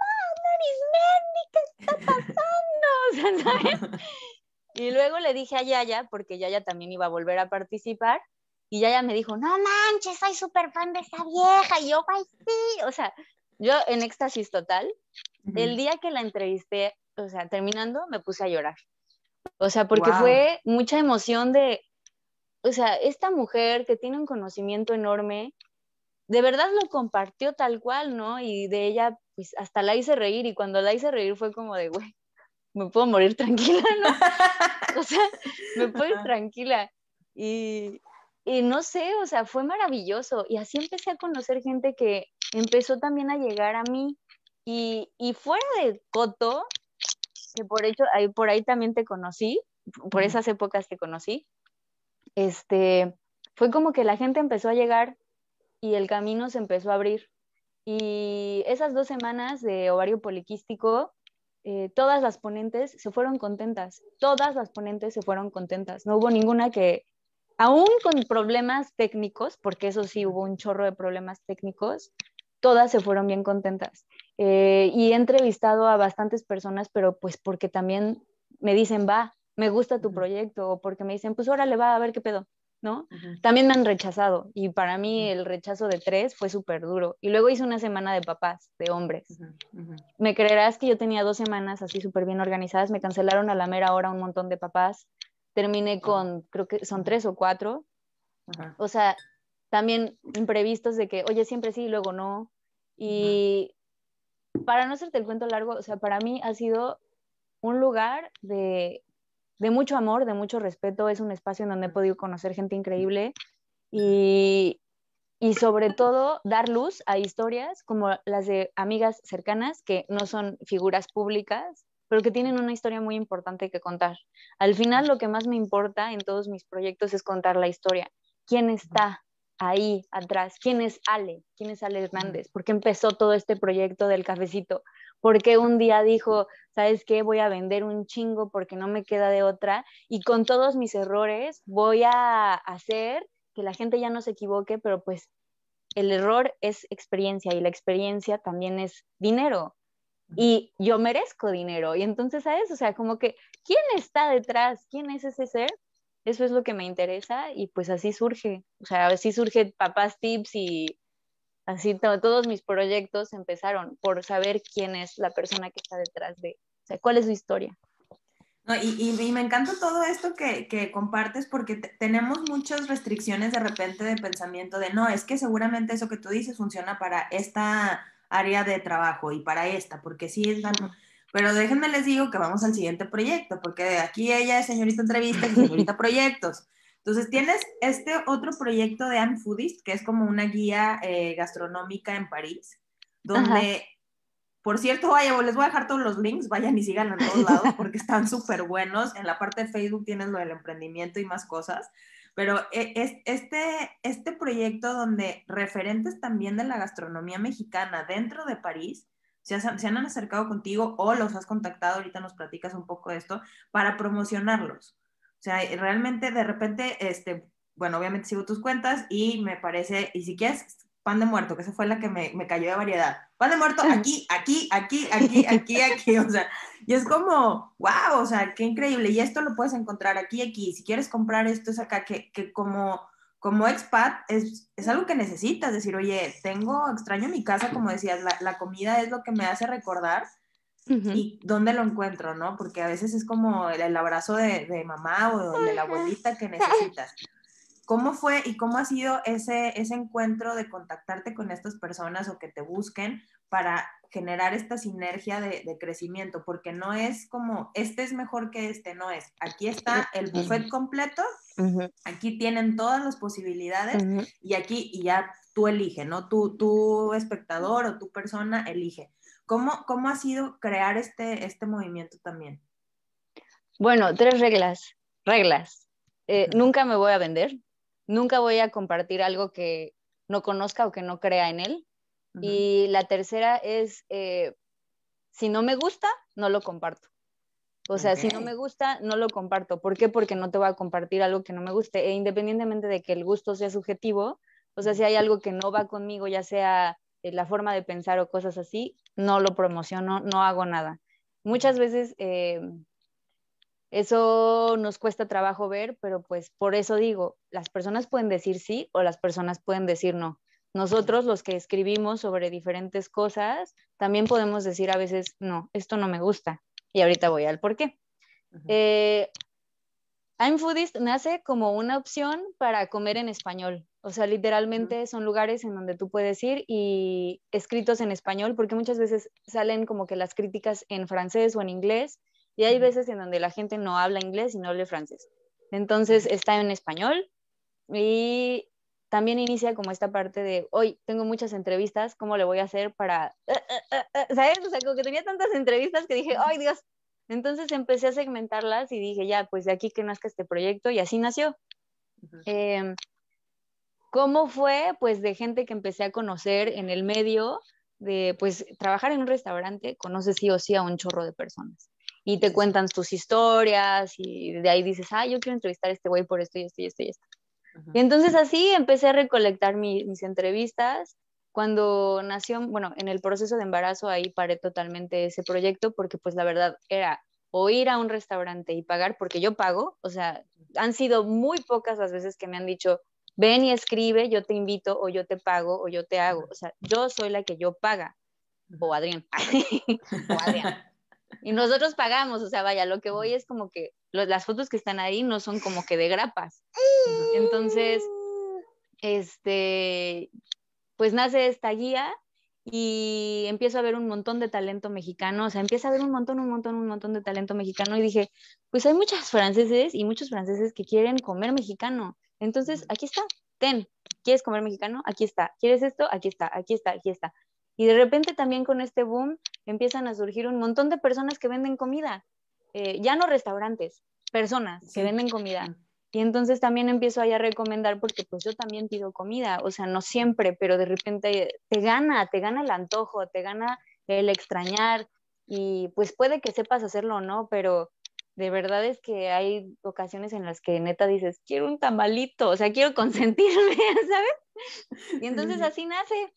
Ana Arismendi, ¿qué está pasando? O sea, ¿sabes? Y luego le dije a Yaya, porque Yaya también iba a volver a participar, y Yaya me dijo, no manches, soy súper fan de esa vieja, y yo, ay, sí, o sea, yo en éxtasis total. Uh-huh. El día que la entrevisté, o sea, terminando, me puse a llorar, o sea, porque wow. fue mucha emoción de, o sea, esta mujer que tiene un conocimiento enorme, de verdad lo compartió tal cual, ¿no? Y de ella, pues, hasta la hice reír, y cuando la hice reír fue como de, güey, me puedo morir tranquila, ¿no? O sea, me puedo ir tranquila. Y, y no sé, o sea, fue maravilloso. Y así empecé a conocer gente que empezó también a llegar a mí. Y, y fuera de Coto, que por hecho, ahí, por ahí también te conocí, por esas épocas te conocí, este, fue como que la gente empezó a llegar y el camino se empezó a abrir. Y esas dos semanas de ovario poliquístico, Eh, todas las ponentes se fueron contentas, todas las ponentes se fueron contentas, no hubo ninguna que, aún con problemas técnicos, porque eso sí, hubo un chorro de problemas técnicos, todas se fueron bien contentas. Eh, y he entrevistado a bastantes personas, pero pues porque también me dicen, va, me gusta tu uh-huh. proyecto, o porque me dicen, pues órale, va, a ver qué pedo, ¿no? Uh-huh. También me han rechazado, y para mí el rechazo de tres fue súper duro. Y luego hice una semana de papás, de hombres. Uh-huh. Uh-huh. Me creerás que yo tenía dos semanas así súper bien organizadas, me cancelaron a la mera hora un montón de papás, terminé con, creo que son tres o cuatro, uh-huh. o sea, también imprevistos de que, oye, siempre sí, y luego no. Y uh-huh. para no hacerte el cuento largo, o sea, para mí ha sido un lugar de... de mucho amor, de mucho respeto, es un espacio en donde he podido conocer gente increíble y, y sobre todo dar luz a historias como las de amigas cercanas que no son figuras públicas, pero que tienen una historia muy importante que contar. Al final lo que más me importa en todos mis proyectos es contar la historia. ¿Quién está ahí atrás? ¿Quién es Ale? ¿Quién es Ale Hernández? ¿Por qué empezó todo este proyecto del cafecito? Porque un día dijo, ¿sabes qué? Voy a vender un chingo porque no me queda de otra, y con todos mis errores voy a hacer que la gente ya no se equivoque, pero pues el error es experiencia y la experiencia también es dinero. Y yo merezco dinero. Y entonces, ¿sabes? O sea, como que, ¿quién está detrás? ¿Quién es ese ser? Eso es lo que me interesa, y pues así surge. O sea, así surge Papás Tips, y así to- todos mis proyectos empezaron por saber quién es la persona que está detrás de, o sea, cuál es su historia. No, y, y, y me encanta todo esto que, que compartes, porque te, tenemos muchas restricciones de repente de pensamiento de, no, es que seguramente eso que tú dices funciona para esta área de trabajo y para esta, porque sí es... Pero déjenme les digo que vamos al siguiente proyecto, porque aquí ella es señorita entrevistas y señorita proyectos. Entonces, tienes este otro proyecto de Anne Foodist, que es como una guía eh, gastronómica en París, donde, ajá. Por cierto, vaya, les voy a dejar todos los links, vayan y síganlo en todos lados, porque están súper buenos. En la parte de Facebook tienes lo del emprendimiento y más cosas. Pero es, este, este proyecto donde referentes también de la gastronomía mexicana dentro de París se, se han acercado contigo o los has contactado, ahorita nos platicas un poco de esto, para promocionarlos. O sea, realmente de repente, este, bueno, obviamente sigo tus cuentas y me parece, y si quieres, pan de muerto, que esa fue la que me, me cayó de variedad. Pan de muerto aquí, aquí, aquí, aquí, aquí, aquí, o sea, y es como, wow, o sea, qué increíble, y esto lo puedes encontrar aquí, aquí, si quieres comprar esto es acá, que, que como, como expat es, es algo que necesitas, decir, oye, tengo, extraño mi casa, como decías, la, la comida es lo que me hace recordar, Uh-huh. ¿Y dónde lo encuentro, no? Porque a veces es como el, el abrazo de, de mamá o de la abuelita que necesitas. ¿Cómo fue y cómo ha sido ese, ese encuentro de contactarte con estas personas o que te busquen para generar esta sinergia de, de crecimiento? Porque no es como, este es mejor que este, no es. Aquí está el buffet completo, uh-huh. aquí tienen todas las posibilidades uh-huh. y aquí y ya tú eliges, ¿no? Tú, tú espectador o tu persona elige. ¿Cómo, cómo ha sido crear este, este movimiento también? Bueno, tres reglas. Reglas. Eh, uh-huh. Nunca me voy a vender. Nunca voy a compartir algo que no conozca o que no crea en él. Uh-huh. Y la tercera es, eh, si no me gusta, no lo comparto. O sea, okay. si no me gusta, no lo comparto. ¿Por qué? Porque no te voy a compartir algo que no me guste. E independientemente de que el gusto sea subjetivo, o sea, si hay algo que no va conmigo, ya sea eh, la forma de pensar o cosas así, no lo promociono, no hago nada. Muchas veces eh, eso nos cuesta trabajo ver, pero pues por eso digo, las personas pueden decir sí o las personas pueden decir no. Nosotros, los que escribimos sobre diferentes cosas, también podemos decir a veces, no, esto no me gusta. Y ahorita voy al por qué. Uh-huh. Eh, I'm Foodist nace como una opción para comer en español. O sea, literalmente uh-huh. son lugares en donde tú puedes ir y escritos en español, porque muchas veces salen como que las críticas en francés o en inglés, y hay uh-huh. veces en donde la gente no habla inglés y no habla francés. Entonces uh-huh. está en español y también inicia como esta parte de, hoy tengo muchas entrevistas, ¿cómo le voy a hacer para...? Uh, uh, uh, ¿Sabes? O sea, como que tenía tantas entrevistas que dije, ¡ay, Dios! Entonces empecé a segmentarlas y dije, ya, pues de aquí que nazca este proyecto, y así nació. Uh-huh. Eh, ¿Cómo fue? Pues de gente que empecé a conocer en el medio, de pues trabajar en un restaurante, conoces sí o sí a un chorro de personas. Y te cuentan tus historias y de ahí dices, ah, yo quiero entrevistar a este güey por esto y esto y esto y esto. Uh-huh. Y entonces así empecé a recolectar mi, mis entrevistas. Cuando nació, bueno, en el proceso de embarazo ahí paré totalmente ese proyecto porque pues la verdad era o ir a un restaurante y pagar, porque yo pago, o sea, han sido muy pocas las veces que me han dicho, ven y escribe, yo te invito, o yo te pago, o yo te hago. O sea, yo soy la que yo paga, o Adrián, o Adrián. Y nosotros pagamos, o sea, vaya, lo que voy es como que lo, las fotos que están ahí no son como que de grapas. Entonces, este, pues nace esta guía y empiezo a ver un montón de talento mexicano, o sea, empieza a ver un montón, un montón, un montón de talento mexicano y dije, pues hay muchos franceses y muchos franceses que quieren comer mexicano. Entonces, aquí está, ten, ¿quieres comer mexicano? Aquí está. ¿Quieres esto? Aquí está, aquí está, aquí está. Y de repente también con este boom empiezan a surgir un montón de personas que venden comida, eh, ya no restaurantes, personas sí. que venden comida. Y entonces también empiezo ahí a recomendar porque pues yo también pido comida, o sea, no siempre, pero de repente te gana, te gana el antojo, te gana el extrañar y pues puede que sepas hacerlo o no, pero de verdad es que hay ocasiones en las que neta dices, quiero un tamalito, o sea, quiero consentirme, ¿sabes? Y entonces así nace.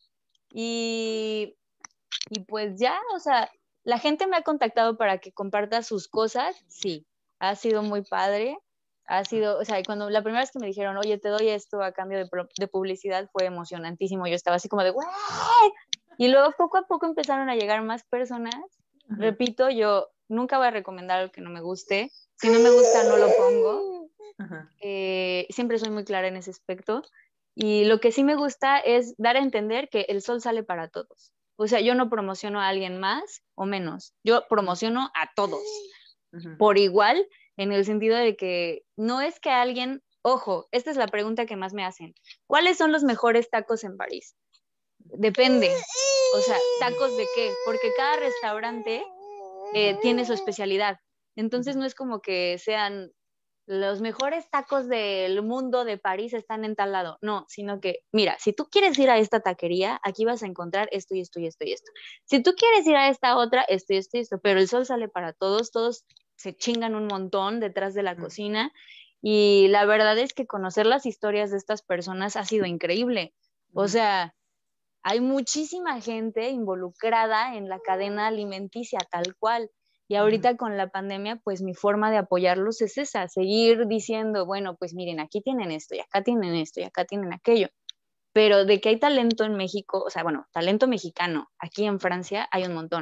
Y, y pues ya, o sea, la gente me ha contactado para que comparta sus cosas, sí, ha sido muy padre, ha sido, o sea, cuando la primera vez que me dijeron, oye, te doy esto a cambio de, de publicidad, fue emocionantísimo, yo estaba así como de, ¡guay! Y luego poco a poco empezaron a llegar más personas, uh-huh. repito, yo nunca voy a recomendar algo que no me guste, si no me gusta no lo pongo, uh-huh. eh, siempre soy muy clara en ese aspecto. Y lo que sí me gusta es dar a entender que el sol sale para todos. O sea, yo no promociono a alguien más o menos. Yo promociono a todos uh-huh. por igual, en el sentido de que no es que alguien... Ojo, esta es la pregunta que más me hacen. ¿Cuáles son los mejores tacos en París? Depende. O sea, ¿tacos de qué? Porque cada restaurante eh, tiene su especialidad. Entonces no es como que sean... los mejores tacos del mundo de París están en tal lado. No, sino que, mira, si tú quieres ir a esta taquería, aquí vas a encontrar esto y esto y esto y esto. Si tú quieres ir a esta otra, esto y esto y esto, pero el sol sale para todos, todos se chingan un montón detrás de la mm. cocina y la verdad es que conocer las historias de estas personas ha sido increíble. Mm. O sea, hay muchísima gente involucrada en la cadena alimenticia tal cual. Y ahorita uh-huh. con la pandemia, pues mi forma de apoyarlos es esa, seguir diciendo, bueno, pues miren, aquí tienen esto, y acá tienen esto, y acá tienen aquello. Pero de que hay talento en México, o sea, bueno, talento mexicano, aquí en Francia hay un montón.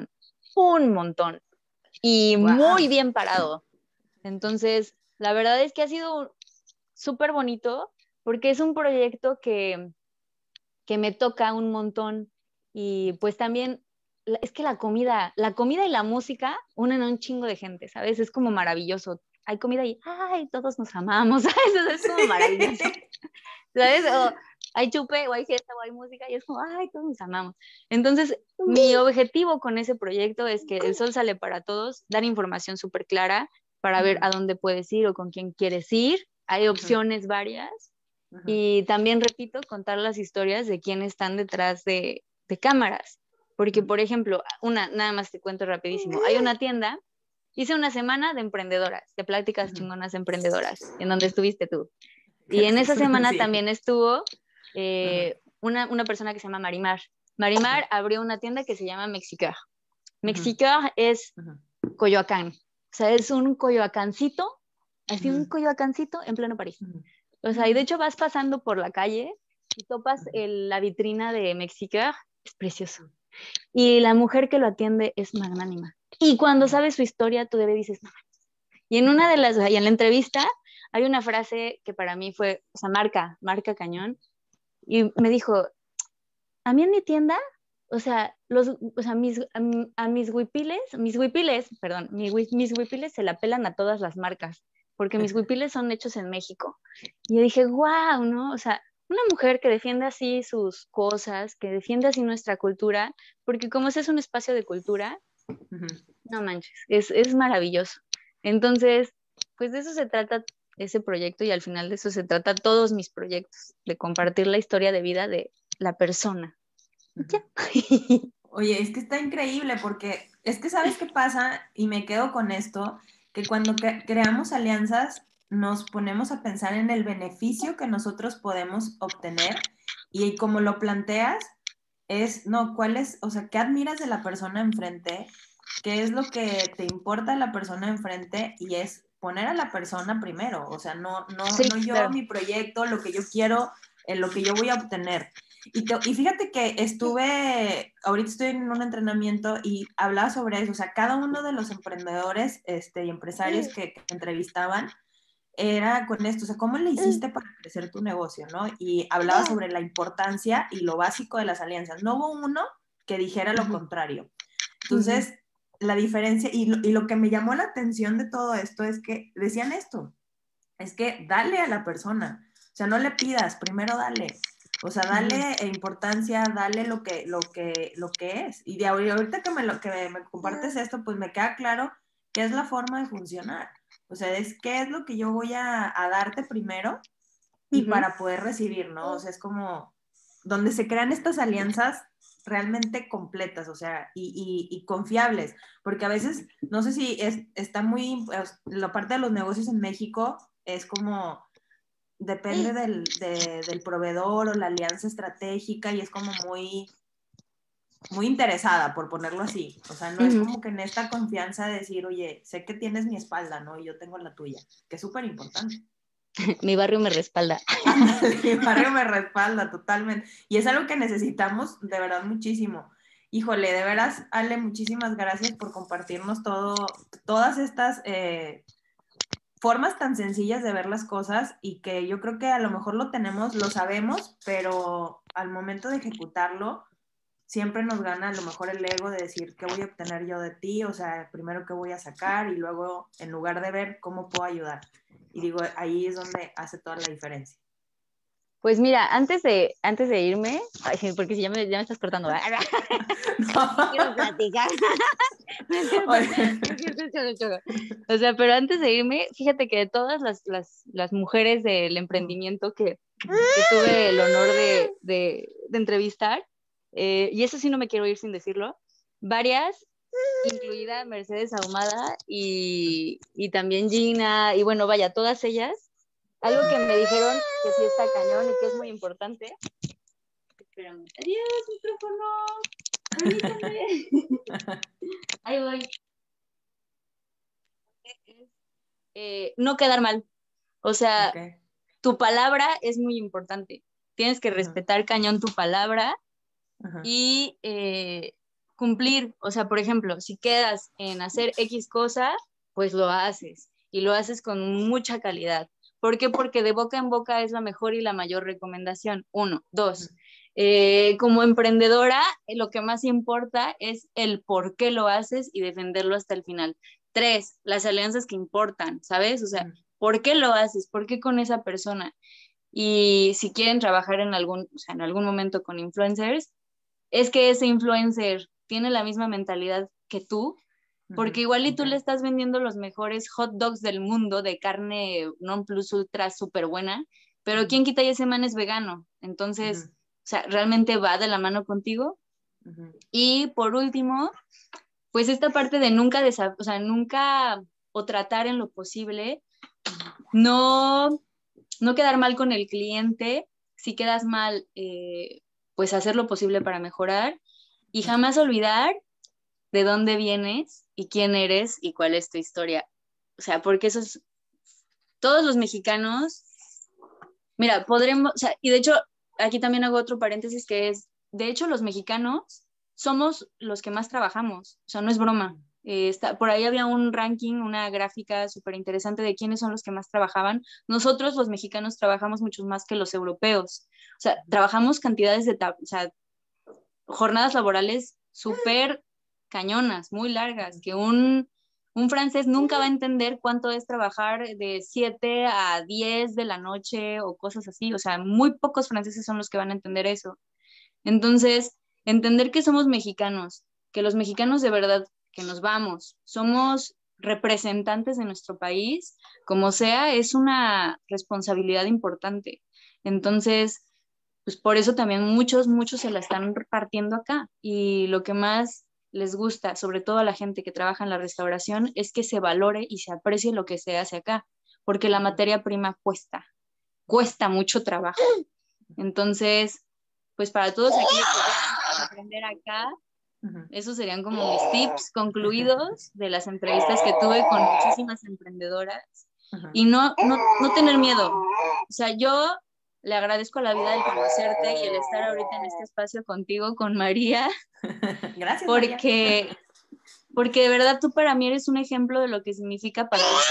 un montón y Wow. muy bien parado. Entonces, la verdad es que ha sido súper bonito porque es un proyecto que, que me toca un montón y pues también es que la comida, la comida y la música unen a un chingo de gente, ¿sabes? Es como maravilloso. Hay comida y, ay, todos nos amamos, ¿sabes? Es como maravilloso, ¿sabes? O hay chupe, o hay fiesta, o hay música, y es como, ay, todos nos amamos. Entonces, mi objetivo con ese proyecto es que El Sol Sale para Todos, dar información súper clara para ver a dónde puedes ir o con quién quieres ir. Hay opciones varias. Uh-huh. Y también, repito, contar las historias de quiénes están detrás de, de cámaras. Porque, por ejemplo, una, nada más te cuento rapidísimo, hay una tienda, hice una semana de emprendedoras, de pláticas uh-huh. chingonas emprendedoras, en donde estuviste tú. Y en esa semana sí. también estuvo eh, uh-huh. una, una persona que se llama Marimar. Marimar uh-huh. abrió una tienda que se llama Mexicar. Mexicar uh-huh. es uh-huh. Coyoacán. O sea, es un coyoacancito, así uh-huh. un coyoacancito en pleno París. Uh-huh. O sea, y de hecho vas pasando por la calle y topas el, la vitrina de Mexicar, es precioso. Y la mujer que lo atiende es magnánima. Y cuando sabes su historia, tú debes dices, no. Y en una de las, y en la entrevista, hay una frase que para mí fue, o sea, marca, marca cañón. Y me dijo, a mí en mi tienda, o sea, los, o sea mis, a, a mis huipiles, mis huipiles, perdón, mis, mis huipiles se la pelan a todas las marcas, porque mis huipiles son hechos en México. Y yo dije, wow, ¿no? O sea, una mujer que defiende así sus cosas, que defiende así nuestra cultura, porque como ese es un espacio de cultura, uh-huh. no manches, es, es maravilloso. Entonces, pues de eso se trata ese proyecto y al final de eso se trata todos mis proyectos, de compartir la historia de vida de la persona. Uh-huh. Oye, es que está increíble porque es que ¿sabes qué pasa? Y me quedo con esto, que cuando cre- creamos alianzas nos ponemos a pensar en el beneficio que nosotros podemos obtener y como lo planteas es, no, ¿cuál es, o sea, qué admiras de la persona enfrente? ¿Qué es lo que te importa de la persona enfrente? Y es poner a la persona primero, o sea, no, no, sí, no yo, claro. Mi proyecto, lo que yo quiero, eh, lo que yo voy a obtener. Y, te, y fíjate que estuve, ahorita estoy en un entrenamiento y hablaba sobre eso, o sea, cada uno de los emprendedores este, y empresarios que, que entrevistaban era con esto, o sea, ¿cómo le hiciste para crecer tu negocio, no? Y hablaba sobre la importancia y lo básico de las alianzas. No hubo uno que dijera lo uh-huh. contrario. Entonces, uh-huh. la diferencia, y lo, y lo que me llamó la atención de todo esto es que decían esto, es que dale a la persona, o sea, no le pidas, primero dale. O sea, dale uh-huh. importancia, dale lo que, lo que, lo que es. Y de ahorita que me, lo, que me compartes esto, pues me queda claro que es la forma de funcionar. O sea, es qué es lo que yo voy a, a darte primero y uh-huh. para poder recibir, ¿no? O sea, es como donde se crean estas alianzas realmente completas, o sea, y, y, y confiables. Porque a veces, no sé si es, está muy, la parte de los negocios en México es como... depende del, de, del proveedor o la alianza estratégica y es como muy, muy interesada, por ponerlo así. O sea, no uh-huh. es como que en esta confianza de decir, oye, sé que tienes mi espalda, ¿no? Y yo tengo la tuya, que es súper importante. Mi barrio me respalda. Mi barrio me respalda totalmente. Y es algo que necesitamos de verdad muchísimo. Híjole, de veras, Ale, muchísimas gracias por compartirnos todo, todas estas... Eh, formas tan sencillas de ver las cosas y que yo creo que a lo mejor lo tenemos, lo sabemos, pero al momento de ejecutarlo siempre nos gana a lo mejor el ego de decir qué voy a obtener yo de ti, o sea, primero qué voy a sacar y luego en lugar de ver cómo puedo ayudar. Y digo, ahí es donde hace toda la diferencia. Pues mira, antes de, antes de irme, ay, porque si ya me, ya me estás cortando, no. Quiero platicar. O sea, pero antes de irme, fíjate que de todas las, las, las mujeres del emprendimiento que, que tuve el honor de, de, de entrevistar, eh, y eso sí no me quiero ir sin decirlo, varias, incluida Mercedes Ahumada y, y también Gina, y bueno, vaya, todas ellas, algo que me dijeron que sí está cañón y que es muy importante. Espérame. Adiós, micrófono. Permítame. Ahí voy. Eh, no quedar mal. O sea, okay. Tu palabra es muy importante. Tienes que respetar uh-huh. cañón tu palabra uh-huh. y, eh, cumplir. O sea, por ejemplo, si quedas en hacer X cosa, pues lo haces y lo haces con mucha calidad. ¿Por qué? Porque de boca en boca es la mejor y la mayor recomendación. Uno. Dos, eh, como emprendedora, lo que más importa es el por qué lo haces y defenderlo hasta el final. Tres, las alianzas que importan, ¿sabes? O sea, ¿por qué lo haces? ¿Por qué con esa persona? Y si quieren trabajar en algún, o sea, en algún momento con influencers, es que ese influencer tiene la misma mentalidad que tú, porque igual y tú le estás vendiendo los mejores hot dogs del mundo de carne non plus ultra súper buena, pero uh-huh. ¿quién quita y ese man es vegano? Entonces, uh-huh. o sea, ¿realmente va de la mano contigo? Uh-huh. Y por último, pues esta parte de nunca, desa- o sea, nunca o tratar en lo posible, no, no quedar mal con el cliente. Si quedas mal, eh, pues hacer lo posible para mejorar y jamás olvidar de dónde vienes y quién eres y cuál es tu historia. O sea, porque esos, todos los mexicanos, mira, podremos, o sea, y de hecho, aquí también hago otro paréntesis que es, de hecho, los mexicanos somos los que más trabajamos, o sea, no es broma. Eh, está, por ahí había un ranking, una gráfica súper interesante de quiénes son los que más trabajaban. Nosotros, los mexicanos, trabajamos mucho más que los europeos. O sea, trabajamos cantidades de, o sea, jornadas laborales súper cañonas, muy largas, que un, un francés nunca va a entender cuánto es trabajar de siete a diez de la noche o cosas así. O sea, muy pocos franceses son los que van a entender eso. Entonces, entender que somos mexicanos, que los mexicanos de verdad, que nos vamos, somos representantes de nuestro país, como sea, es una responsabilidad importante. Entonces, pues por eso también muchos, muchos se la están repartiendo acá. Y lo que más les gusta, sobre todo a la gente que trabaja en la restauración, es que se valore y se aprecie lo que se hace acá, porque la materia prima cuesta, cuesta mucho trabajo. Entonces, pues para todos aquellos que quieran aprender acá, esos serían como mis tips concluidos de las entrevistas que tuve con muchísimas emprendedoras. Y no, no, no tener miedo. O sea, yo le agradezco a la vida el conocerte y el estar ahorita en este espacio contigo, con María. Gracias, porque, María. Porque de verdad tú para mí eres un ejemplo de lo que significa para ti.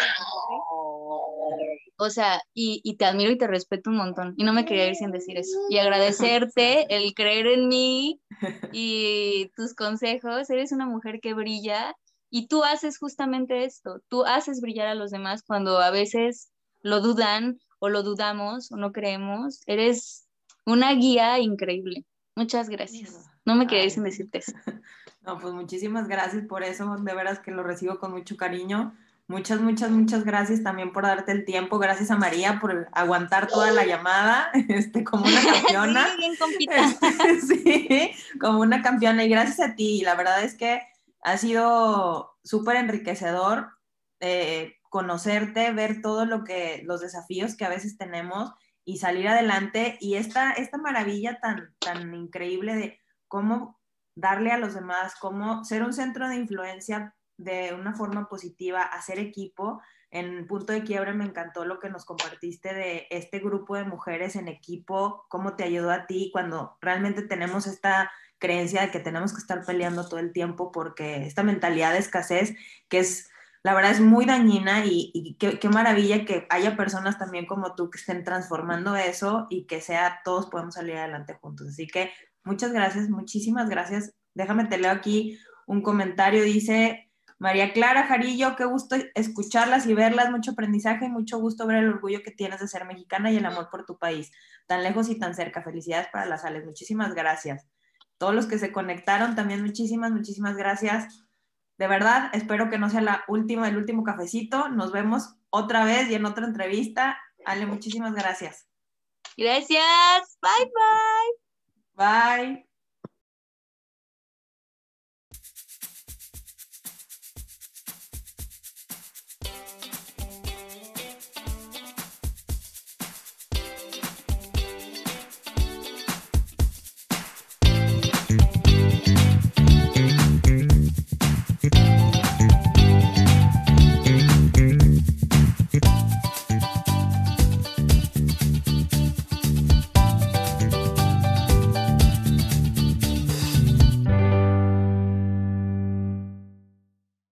O sea, y, y te admiro y te respeto un montón. Y no me quería ir sin decir eso. Y agradecerte el creer en mí y tus consejos. Eres una mujer que brilla y tú haces justamente esto. Tú haces brillar a los demás cuando a veces lo dudan o lo dudamos o no creemos. Eres una guía increíble. Muchas gracias. No me quería ir sin decirte eso. No, pues muchísimas gracias por eso. De veras que lo recibo con mucho cariño. Muchas, muchas, muchas gracias también por darte el tiempo. Gracias a María por aguantar toda la llamada, este, como una campeona. Sí, bien compita. Este, sí, como una campeona. Y gracias a ti. La verdad es que ha sido súper enriquecedor eh, conocerte, ver todo lo que, los desafíos que a veces tenemos y salir adelante. Y esta, esta maravilla tan, tan increíble de cómo darle a los demás, cómo ser un centro de influencia de una forma positiva, hacer equipo. En Punto de Quiebre me encantó lo que nos compartiste de este grupo de mujeres en equipo, cómo te ayudó a ti cuando realmente tenemos esta creencia de que tenemos que estar peleando todo el tiempo porque esta mentalidad de escasez que es, la verdad es muy dañina y, y qué, qué maravilla que haya personas también como tú que estén transformando eso y que sea, todos podemos salir adelante juntos. Así que muchas gracias, muchísimas gracias. Déjame te leo aquí un comentario, dice María Clara Jarillo, qué gusto escucharlas y verlas, mucho aprendizaje y mucho gusto ver el orgullo que tienes de ser mexicana y el amor por tu país, tan lejos y tan cerca. Felicidades para las Ales, muchísimas gracias. Todos los que se conectaron también, muchísimas, muchísimas gracias. De verdad, espero que no sea la última, el último cafecito. Nos vemos otra vez y en otra entrevista. Ale, muchísimas gracias. Gracias. Bye, bye. Bye.